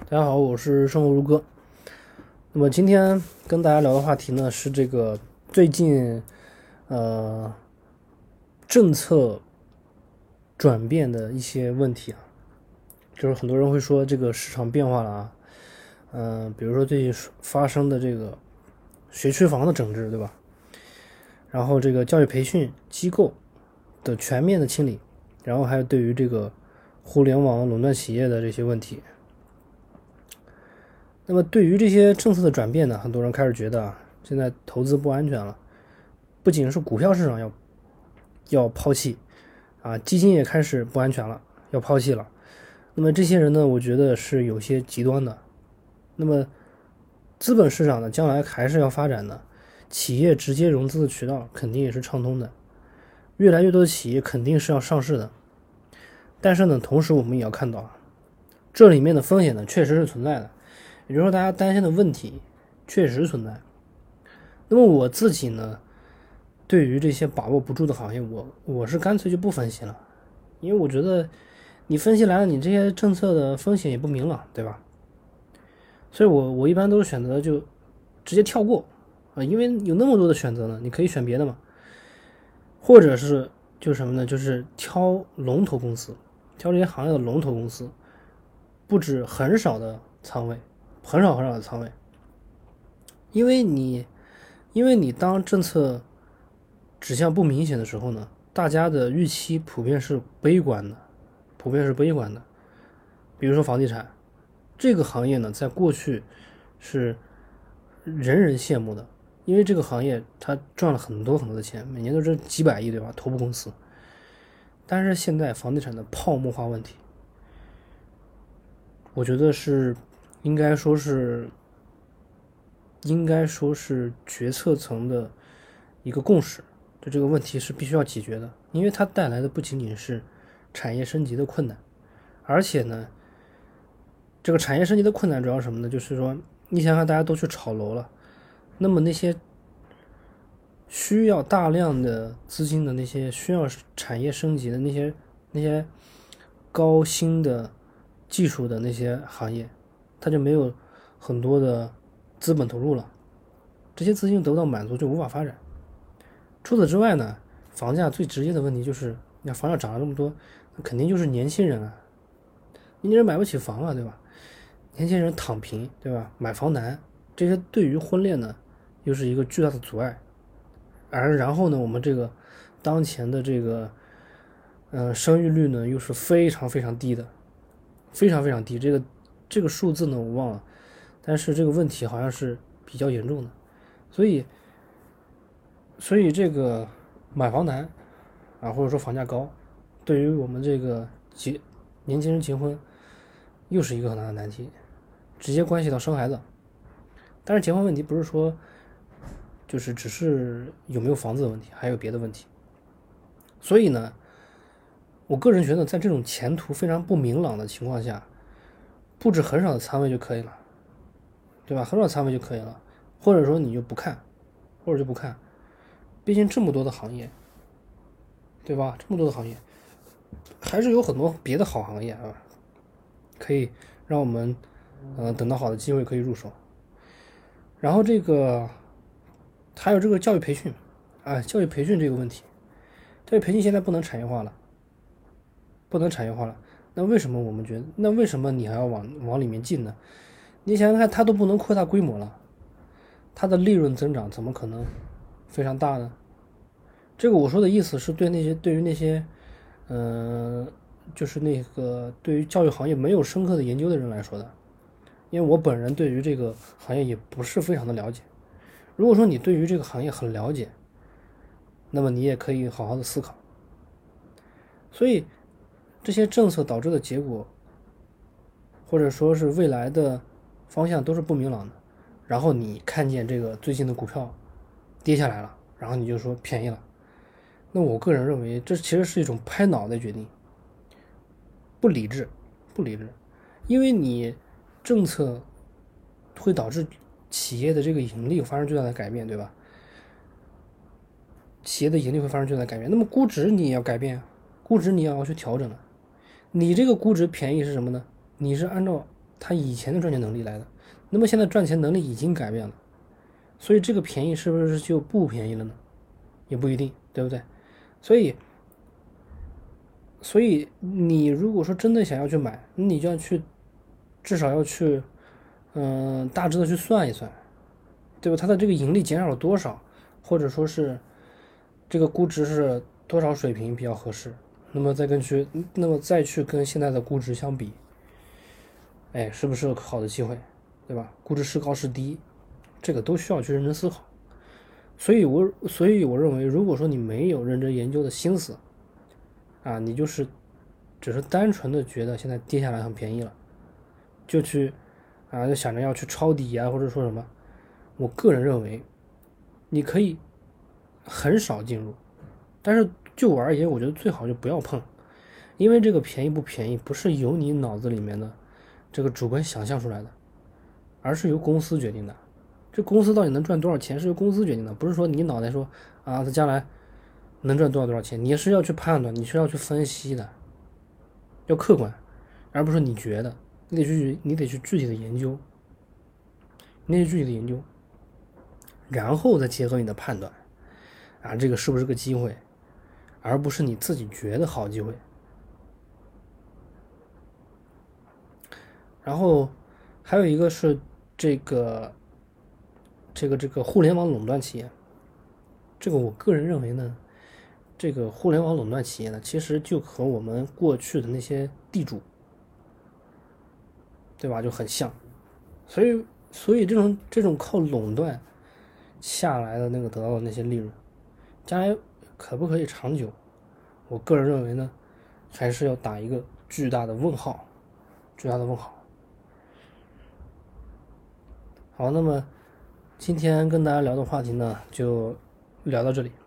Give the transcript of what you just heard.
大家好，我是生活如歌。那么今天跟大家聊的话题呢是这个最近政策转变的一些问题啊，就是很多人会说这个市场变化了啊，比如说最近发生的这个学区房的整治，对吧？然后这个教育培训机构的全面的清理，然后还有对于这个互联网垄断企业的这些问题。那么对于这些政策的转变呢，很多人开始觉得现在投资不安全了，不仅是股票市场要抛弃基金也开始不安全了，要抛弃了。那么这些人呢，我觉得是有些极端的。那么资本市场呢，将来还是要发展的，企业直接融资的渠道肯定也是畅通的，越来越多的企业肯定是要上市的。但是呢，同时我们也要看到，这里面的风险呢，确实是存在的。也就是说，大家担心的问题确实存在。那么我自己呢，对于这些把握不住的行业，我是干脆就不分析了，因为我觉得你分析来了，你这些政策的风险也不明朗，对吧？所以我一般都是选择就直接跳过因为有那么多的选择呢，你可以选别的嘛，或者是就是什么呢？就是挑龙头公司，挑这些行业的龙头公司，布置很少的仓位，很少的仓位，因为你当政策指向不明显的时候呢，大家的预期普遍是悲观的，比如说房地产这个行业呢，在过去是人人羡慕的，因为这个行业它赚了很多的钱，每年都是几百亿，对吧？头部公司。但是现在房地产的泡沫化问题，我觉得是应该说是决策层的一个共识，就这个问题是必须要解决的，因为它带来的不仅仅是产业升级的困难，而且呢，这个产业升级的困难主要什么呢？就是说，你想想大家都去炒楼了，那么那些需要大量的资金的那些需要产业升级的那些高新的技术的那些行业，它就没有很多的资本投入了，这些资金得不到满足就无法发展。除此之外呢，房价最直接的问题就是，你看房价涨了这么多，肯定就是年轻人年轻人买不起房对吧？年轻人躺平，对吧？买房难，这些对于婚恋呢，又是一个巨大的阻碍。然后呢，我们这个当前的这个生育率呢，又是非常非常低的，非常非常低。这个数字呢，我忘了，但是这个问题好像是比较严重的，所以这个买房难或者说房价高，对于我们这个年轻人结婚又是一个很大的难题，直接关系到生孩子。但是结婚问题不是说就是只是有没有房子的问题，还有别的问题。所以呢，我个人觉得在这种前途非常不明朗的情况下，布置很少的仓位就可以了，对吧？很少仓位就可以了，或者说你就不看，毕竟这么多的行业，对吧？这么多的行业，还是有很多别的好行业可以让我们等到好的机会可以入手。然后这个还有这个教育培训教育培训这个问题，教育培训现在不能产业化了，那为什么我们觉得，那为什么你还要往里面进呢？你想想看，它都不能扩大规模了，它的利润增长怎么可能非常大呢？这个我说的意思是对于那些就是那个对于教育行业没有深刻的研究的人来说的，因为我本人对于这个行业也不是非常的了解。如果说你对于这个行业很了解，那么你也可以好好的思考。所以这些政策导致的结果，或者说是未来的方向都是不明朗的。然后你看见这个最近的股票跌下来了，然后你就说便宜了，那我个人认为这其实是一种拍脑袋决定，不理智，因为你政策会导致企业的这个盈利发生巨大的改变，对吧？企业的盈利会发生巨大的改变，那么估值你也要改变，估值你也要去调整了。你这个估值便宜是什么呢？你是按照他以前的赚钱能力来的。那么现在赚钱能力已经改变了，所以这个便宜是不是就不便宜了呢？也不一定，对不对？所以你如果说真的想要去买，你就要去，至少要去，大致的去算一算，对吧？它的这个盈利减少了多少，或者说是这个估值是多少水平比较合适？那么再去跟现在的估值相比，哎，是不是个好的机会，对吧？估值是高是低，这个都需要去认真思考。所以我认为，如果说你没有认真研究的心思，啊，你只是单纯的觉得现在跌下来很便宜了，就去就想着要去抄底啊，或者说什么，我个人认为，你可以很少进入，但是就我而言，我觉得最好就不要碰，因为这个便宜不便宜不是由你脑子里面的这个主观想象出来的，而是由公司决定的。这公司到底能赚多少钱是由公司决定的，不是说你脑袋说它将来能赚多少钱，你是要去判断，你是要去分析的，要客观，而不是你觉得，你得去具体的研究，然后再结合你的判断，这个是不是个机会，而不是你自己觉得好机会。然后还有一个是这个互联网垄断企业，这个我个人认为呢，这个互联网垄断企业呢，其实就和我们过去的那些地主，对吧，就很像。所以这种靠垄断下来的那个得到的那些利润，将来可不可以长久？我个人认为呢，还是要打一个巨大的问号，巨大的问号。好，那么今天跟大家聊的话题呢，就聊到这里。